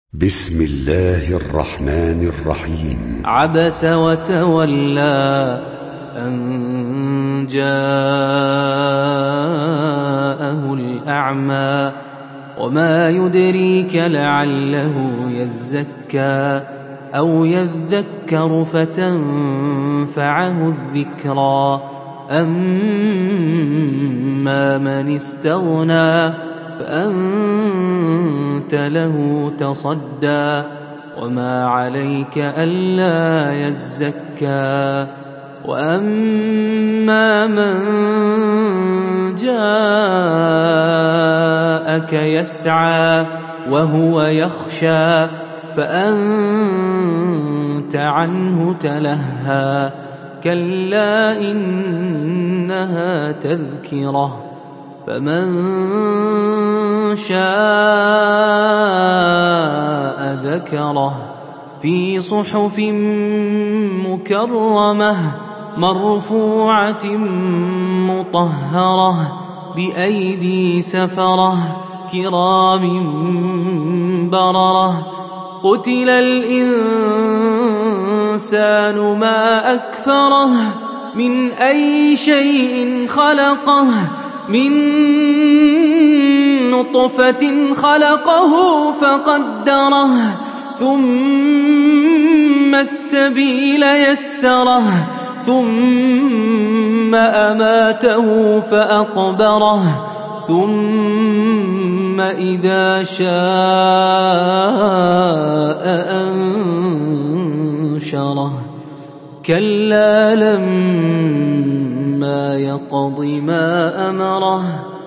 بسم الله الرحمن الرحيم. عبس وتولى أن جاءه الأعمى وما يدريك لعله يزكى أو يذكر فتنفعه الذكرى أما من استغنى فأنت له تصدى وما عليك ألا يزكى وأما من جاءك يسعى وهو يخشى فأنت عنه تلهى كلا إنها تذكرة فمن شاء ذكره في صحف مكرمة مرفوعة مطهرة بأيدي سفرة كرام بررة قتل الإنسان ما أكفره من أي شيء خلقه من نطفة خلقه فقدره ثم السبيل يسره ثم أماته فأقبره ثم إذا شاء أنشره كلا لما يقض ما أمره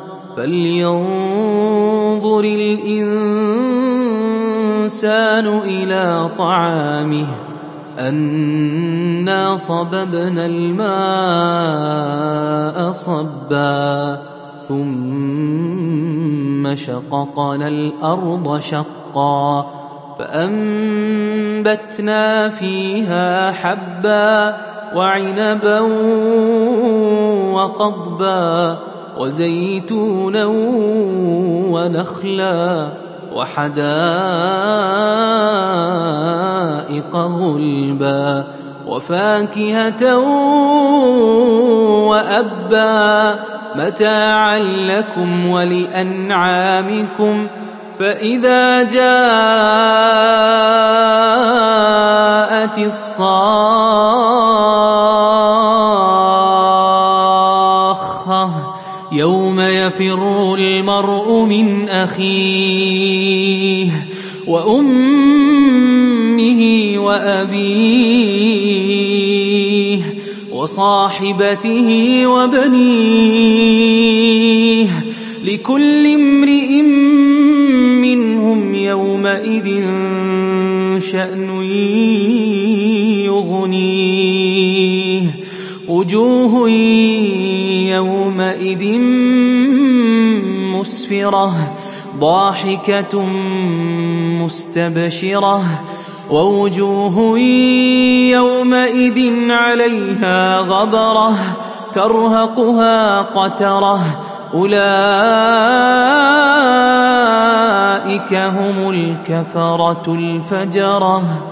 فلينظر الإنسان إلى طعامه أنا صببنا الماء صبا ثم شققنا الأرض شقا فأنبتنا فيها حبا وعنبا وقضبا وزيتونا ونخلا وحدائق غلبا وفاكهة وأبا متاعا لكم ولأنعامكم فإذا جاءت الصاخة يوم يفر المرء من أخيه وأمه وأبيه وصاحبته وبنيه لكل امرئ منهم يومئذ شأن يغنيه وجوه يومئذ مسفرة ضاحكة مستبشرة ووجوه يومئذ عليها غبرة ترهقها قترة أولئك هم الكفرة الفجرة.